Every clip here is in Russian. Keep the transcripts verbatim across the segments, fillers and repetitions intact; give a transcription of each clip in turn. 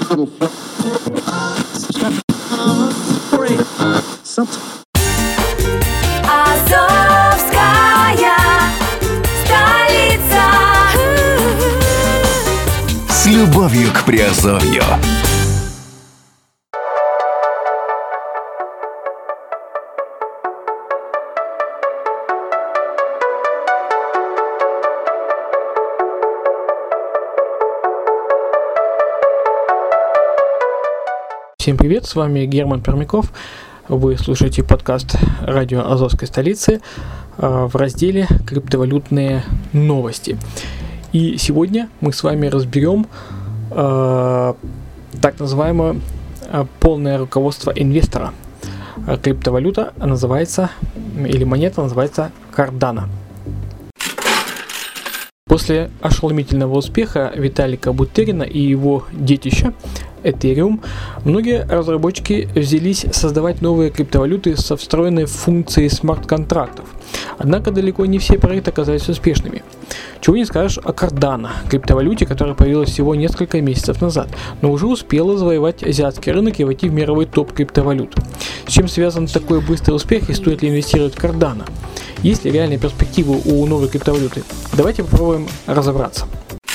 столица. С любовью к Приазовью. Всем привет, с вами Герман Пермяков. Вы слушаете подкаст радио Азовской столицы э, в разделе «Криптовалютные новости». И сегодня мы с вами разберем э, так называемое э, полное руководство инвестора. Э, криптовалюта называется, или монета называется Cardano. После ошеломительного успеха Виталика Бутерина и его детища Ethereum, многие разработчики взялись создавать новые криптовалюты со встроенной функцией смарт-контрактов. Однако далеко не все проекты оказались успешными. Чего не скажешь о Cardano, криптовалюте, которая появилась всего несколько месяцев назад, но уже успела завоевать азиатский рынок и войти в мировой топ криптовалют. С чем связан такой быстрый успех и стоит ли инвестировать в Cardano? Есть ли реальные перспективы у новой криптовалюты? Давайте попробуем разобраться.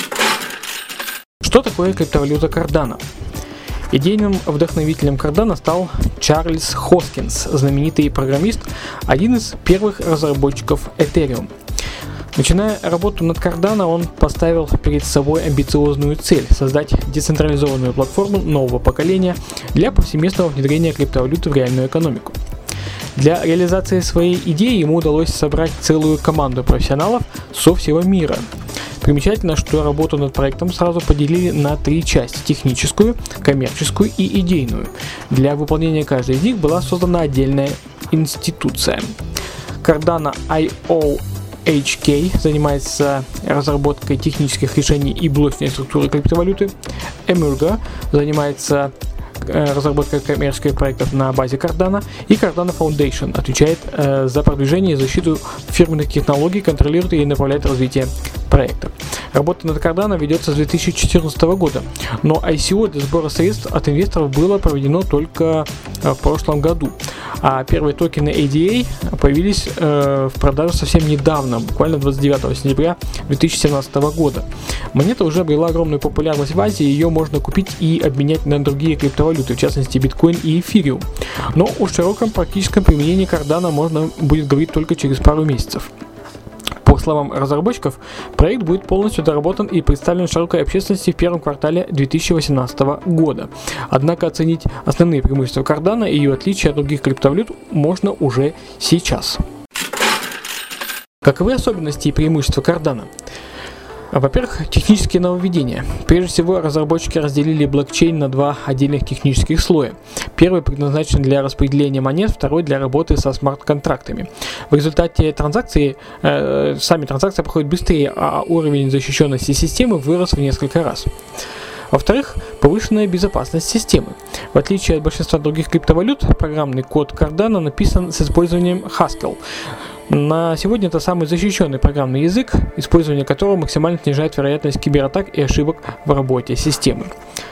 Что такое криптовалюта Cardano? Идейным вдохновителем Cardano стал Чарльз Хоскинс, знаменитый программист, один из первых разработчиков Ethereum. Начиная работу над Cardano, он поставил перед собой амбициозную цель – создать децентрализованную платформу нового поколения для повсеместного внедрения криптовалюты в реальную экономику. Для реализации своей идеи ему удалось собрать целую команду профессионалов со всего мира. Примечательно, что работу над проектом сразу поделили на три части – техническую, коммерческую и идейную. Для выполнения каждой из них была создана отдельная институция. Cardano ай о эйч кей занимается разработкой технических решений и блочной структуры криптовалюты. Emurgo занимается разработкой коммерческих проектов на базе Cardano, и Cardano Foundation отвечает э, за продвижение и защиту фирменных технологий, контролирует и направляет развитие проекта. Работа над Cardano ведется с две тысячи четырнадцатого года, но ай си о для сбора средств от инвесторов было проведено только э, в прошлом году, а первые токены эй ди эй появились э, в продаже совсем недавно, буквально двадцать девятого сентября две тысячи семнадцатого года. Монета уже обрела огромную популярность в Азии, ее можно купить и обменять на другие криптовалюты, в частности биткоин и эфириум. Но о широком практическом применении Cardano можно будет говорить только через пару месяцев. По словам разработчиков, проект будет полностью доработан и представлен широкой общественности в первом квартале две тысячи восемнадцатого года. Однако оценить основные преимущества Cardano и ее отличия от других криптовалют можно уже сейчас. Каковы особенности и преимущества Cardano? Во-первых, технические нововведения. Прежде всего, разработчики разделили блокчейн на два отдельных технических слоя. Первый предназначен для распределения монет, второй для работы со смарт-контрактами. В результате транзакции, э, сами транзакции проходят быстрее, а уровень защищенности системы вырос в несколько раз. Во-вторых, повышенная безопасность системы. В отличие от большинства других криптовалют, программный код Cardano написан с использованием Haskell. На сегодня это самый защищенный программный язык, использование которого максимально снижает вероятность кибератак и ошибок в работе системы.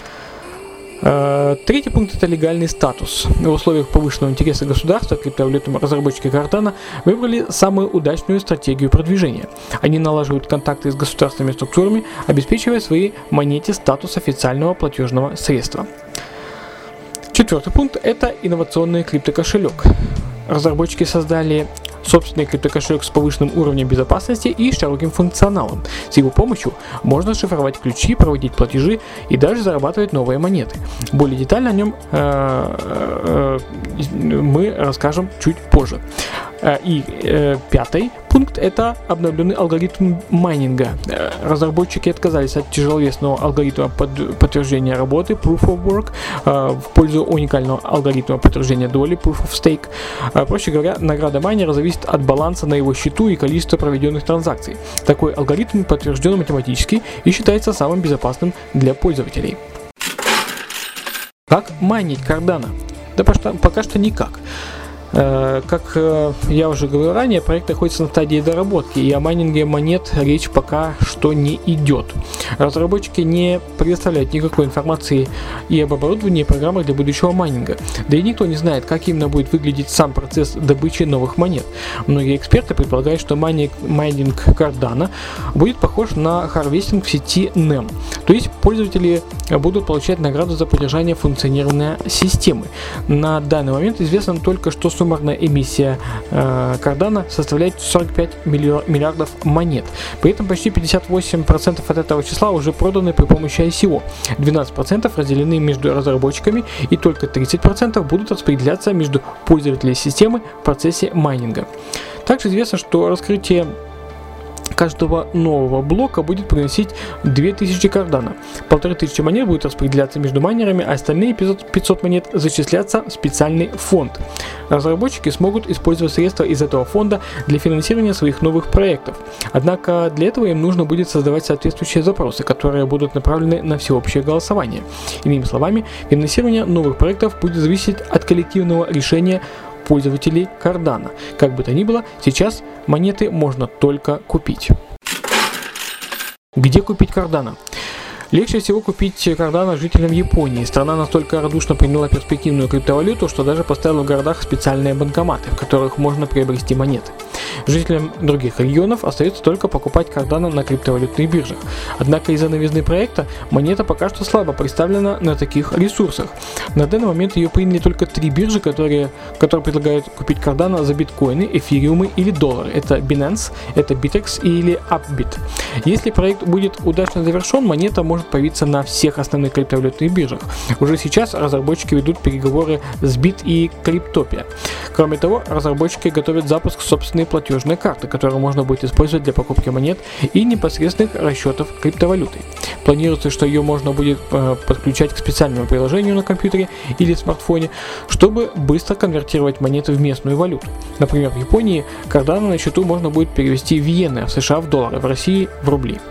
Третий пункт – это легальный статус. В условиях повышенного интереса государства криптовалютным разработчики Cardano выбрали самую удачную стратегию продвижения. Они налаживают контакты с государственными структурами, обеспечивая своей монете статус официального платежного средства. Четвертый пункт – это инновационный криптокошелек. Разработчики создали собственный криптокошелек с повышенным уровнем безопасности и широким функционалом. С его помощью можно шифровать ключи, проводить платежи и даже зарабатывать новые монеты. Более детально о нем э, э, мы расскажем чуть позже. И э, пятый пункт – это обновленный алгоритм майнинга. Разработчики отказались от тяжеловесного алгоритма под, подтверждения работы Proof of Work э, в пользу уникального алгоритма подтверждения доли Proof of Stake. Э, проще говоря, награда майнера зависит от баланса на его счету и количества проведенных транзакций. Такой алгоритм подтвержден математически и считается самым безопасным для пользователей. Как майнить Cardano? Да пока что никак. Э, как э, я уже говорил ранее, проект находится на стадии доработки, и о майнинге монет речь пока что не идет. Разработчики не предоставляют никакой информации и об оборудовании и программах для будущего майнинга. Да и никто не знает, как именно будет выглядеть сам процесс добычи новых монет. Многие эксперты предполагают, что майнинг, майнинг Cardano будет похож на харвестинг в сети нэм. То есть пользователи будут получать награду за поддержание функционирования системы. На данный момент известно только, что суммарная эмиссия э, Cardano составляет сорок пять миллиардов монет. При этом почти пятьдесят восемь процентов от этого числа уже проданы при помощи ай си о. двенадцать процентов разделены между разработчиками, и только тридцать процентов будут распределяться между пользователями системы в процессе майнинга. Также известно, что раскрытие каждого нового блока будет приносить две тысячи Cardano. Полторы тысячи монет будет распределяться между майнерами, а остальные пятьсот монет зачисляться в специальный фонд. Разработчики смогут использовать средства из этого фонда для финансирования своих новых проектов. Однако для этого им нужно будет создавать соответствующие запросы, которые будут направлены на всеобщее голосование. Иными словами, финансирование новых проектов будет зависеть от коллективного решения пользователей Cardano. Как бы то ни было, сейчас монеты можно только купить. Где купить Cardano? Легче всего купить Cardano жителям Японии. Страна настолько радушно приняла перспективную криптовалюту, что даже поставила в городах специальные банкоматы, в которых можно приобрести монеты. Жителям других регионов остается только покупать Cardano на криптовалютных биржах. Однако из-за новизны проекта монета пока что слабо представлена на таких ресурсах. На данный момент ее приняли только три биржи, которые, которые предлагают купить Cardano за биткоины, эфириумы или доллары. Это Binance, это Bittrex или Upbit. Если проект будет удачно завершен, монета может появиться на всех основных криптовалютных биржах. Уже сейчас разработчики ведут переговоры с Bit и Cryptopia. Кроме того, разработчики готовят запуск собственной платежной карты, которую можно будет использовать для покупки монет и непосредственных расчетов криптовалюты. Планируется, что ее можно будет э, подключать к специальному приложению на компьютере или смартфоне, чтобы быстро конвертировать монеты в местную валюту. Например, в Японии Cardano на счету можно будет перевести в иены, а в США в доллары, в России в рубли.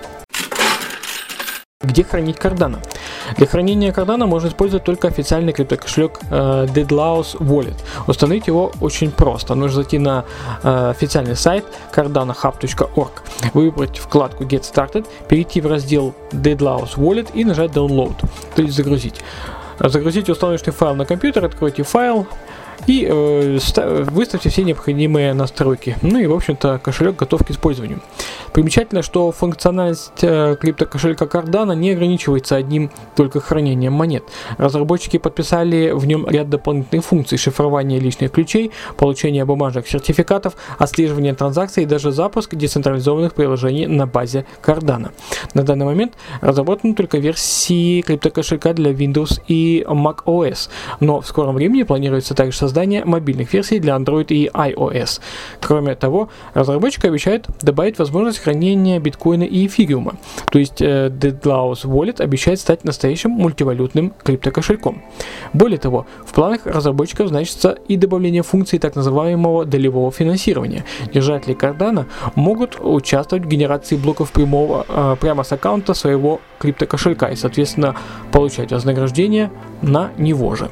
Где хранить Cardano? Для хранения Cardano можно использовать только официальный криптокошелек э, Deadlaus Wallet. Установить его очень просто. Нужно зайти на э, официальный сайт cardano hub точка org, выбрать вкладку Get Started, перейти в раздел Deadlaus Wallet и нажать Download, то есть загрузить. Загрузите установочный файл на компьютер, откройте файл и э, выставьте все необходимые настройки. Ну и, в общем-то, кошелек готов к использованию. Примечательно, что функциональность э, криптокошелька Cardano не ограничивается одним только хранением монет. Разработчики подписали в нем ряд дополнительных функций: шифрование личных ключей, получение бумажных сертификатов, отслеживание транзакций и даже запуск децентрализованных приложений на базе Cardano. На данный момент разработаны только версии криптокошелька для Windows и macOS, но в скором времени планируется также создание мобильных версий для Android и iOS. Кроме того, разработчики обещают добавить возможность хранения биткоина и эфириума, то есть э, Deadlaus Wallet обещает стать настоящим мультивалютным криптокошельком. Более того, в планах разработчиков значится и добавление функции так называемого долевого финансирования. Держатели Cardano могут участвовать в генерации блоков прямого, э, прямо с аккаунта своего криптокошелька и, соответственно, получать вознаграждение на него же.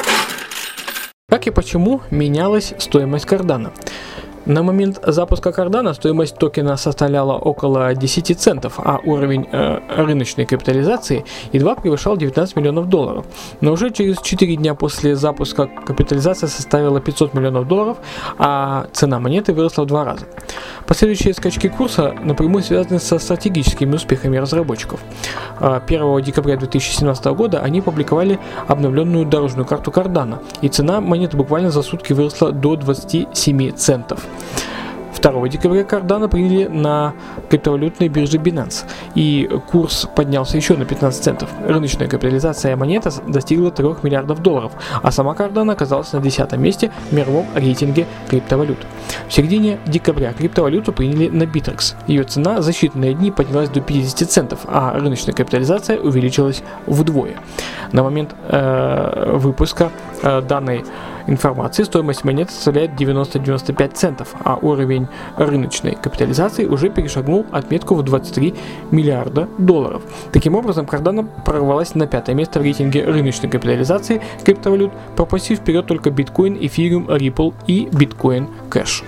Как и почему менялась стоимость Cardano? На момент запуска Cardano стоимость токена составляла около десять центов, а уровень э, рыночной капитализации едва превышал девятнадцать миллионов долларов. Но уже через четыре дня после запуска капитализация составила пятьсот миллионов долларов, а цена монеты выросла в два раза. Последующие скачки курса напрямую связаны со стратегическими успехами разработчиков. первого декабря две тысячи семнадцатого года они публиковали обновленную дорожную карту Cardano, и цена монеты буквально за сутки выросла до двадцати семи центов. второго декабря Cardano приняли на криптовалютной бирже Binance, и курс поднялся еще на пятнадцать центов. Рыночная капитализация монеты достигла трёх миллиардов долларов, а сама Cardano оказалась на десятом месте в мировом рейтинге криптовалют. В середине декабря криптовалюту приняли на Bittrex. Ее цена за считанные дни поднялась до пятидесяти центов, а рыночная капитализация увеличилась вдвое. На момент э, выпуска э, данной информации стоимость монет составляет девяносто - девяносто пять центов, а уровень рыночной капитализации уже перешагнул отметку в двадцать три миллиарда долларов. Таким образом, Cardano прорвалась на пятое место в рейтинге рыночной капитализации криптовалют, пропустив вперед только Bitcoin, Ethereum, Ripple и Bitcoin Cash.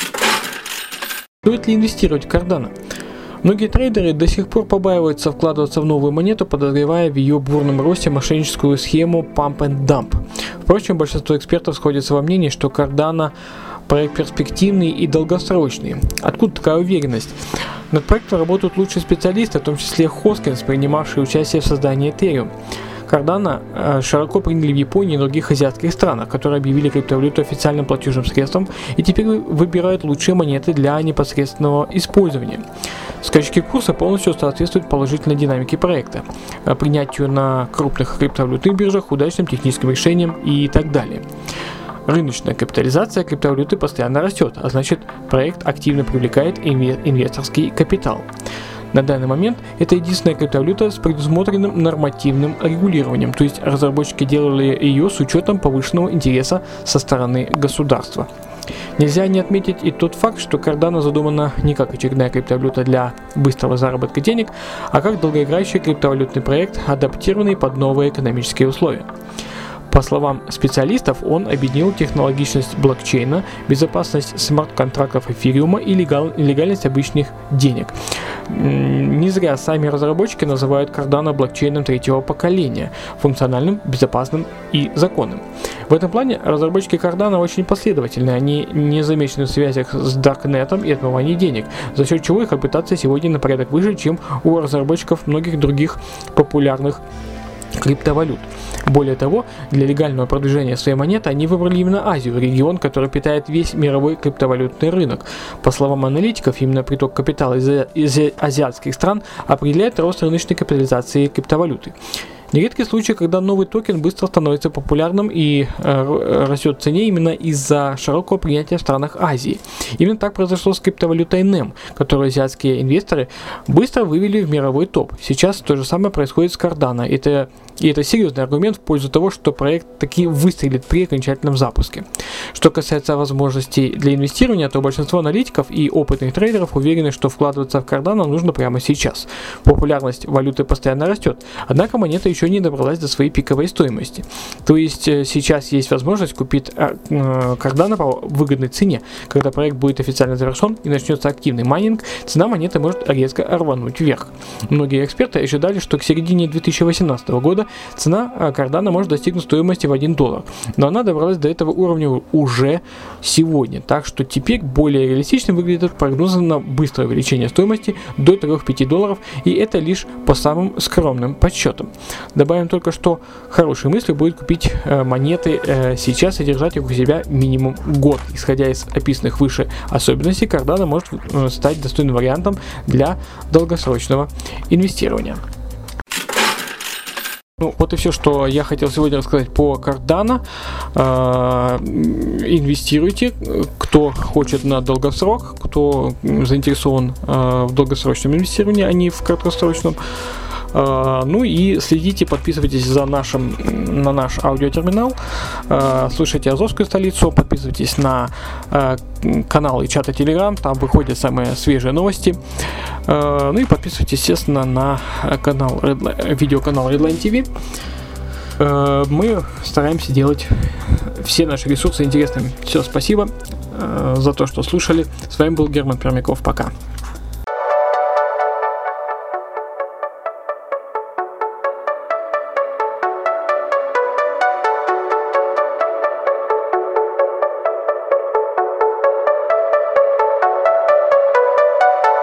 Стоит ли инвестировать в Cardano? Многие трейдеры до сих пор побаиваются вкладываться в новую монету, подозревая в ее бурном росте мошенническую схему Pump and Dump. Впрочем, большинство экспертов сходятся во мнении, что Cardano проект перспективный и долгосрочный. Откуда такая уверенность? Над проектом работают лучшие специалисты, в том числе Хоскинс, принимавший участие в создании Ethereum. Cardano широко приняли в Японии и других азиатских странах, которые объявили криптовалюту официальным платежным средством и теперь выбирают лучшие монеты для непосредственного использования. Скачки курса полностью соответствуют положительной динамике проекта, принятию на крупных криптовалютных биржах, удачным техническим решениям и так далее. Рыночная капитализация криптовалюты постоянно растет, а значит, проект активно привлекает инвесторский капитал. На данный момент это единственная криптовалюта с предусмотренным нормативным регулированием, то есть разработчики делали ее с учетом повышенного интереса со стороны государства. Нельзя не отметить и тот факт, что Cardano задумана не как очередная криптовалюта для быстрого заработка денег, а как долгоиграющий криптовалютный проект, адаптированный под новые экономические условия. По словам специалистов, он объединил технологичность блокчейна, безопасность смарт-контрактов эфириума и легал, легальность обычных денег. Не зря сами разработчики называют Cardano блокчейном третьего поколения, функциональным, безопасным и законным. В этом плане разработчики Cardano очень последовательны, они не замечены в связях с Даркнетом и отмыванием денег, за счет чего их репутация сегодня на порядок выше, чем у разработчиков многих других популярных криптовалют. Более того, для легального продвижения своей монеты они выбрали именно Азию, регион, который питает весь мировой криптовалютный рынок. По словам аналитиков, именно приток капитала из, из азиатских стран определяет рост рыночной капитализации криптовалюты. Нередкий случай, когда новый токен быстро становится популярным и э, растет в цене именно из-за широкого принятия в странах Азии. Именно так произошло с криптовалютой эн и эм, которую азиатские инвесторы быстро вывели в мировой топ. Сейчас то же самое происходит с Cardano. Это, и это серьезный аргумент в пользу того, что проект таки выстрелит при окончательном запуске. Что касается возможностей для инвестирования, то большинство аналитиков и опытных трейдеров уверены, что вкладываться в Cardano нужно прямо сейчас. Популярность валюты постоянно растет, однако монета еще не добралась до своей пиковой стоимости. То есть сейчас есть возможность купить Cardano по выгодной цене. Когда проект будет официально завершен и начнется активный майнинг, цена монеты может резко рвануть вверх. Многие эксперты ожидали, что к середине две тысячи восемнадцатого года цена Cardano может достигнуть стоимости в один доллар, но она добралась до этого уровня уже сегодня. Так что теперь более реалистично выглядят прогнозы на быстрое увеличение стоимости до трёх-пяти долларов, и это лишь по самым скромным подсчетам. Добавим только, что хорошей мыслью будет купить э, монеты э, сейчас и держать их у себя минимум год. Исходя из описанных выше особенностей, Cardano может э, стать достойным вариантом для долгосрочного инвестирования. Ну, вот и все, что я хотел сегодня рассказать по Cardano. Э, инвестируйте, кто хочет на долгосрок, кто заинтересован э, в долгосрочном инвестировании, а не в краткосрочном. Uh, ну и следите, подписывайтесь за нашим, на наш аудиотерминал, uh, слушайте Азовскую столицу, подписывайтесь на uh, канал и чаты Telegram, там выходят самые свежие новости. Uh, ну и подписывайтесь, естественно, на канал, видеоканал Redline ти ви. Uh, мы стараемся делать все наши ресурсы интересными. Все, спасибо uh, за то, что слушали. С вами был Герман Пермяков. Пока.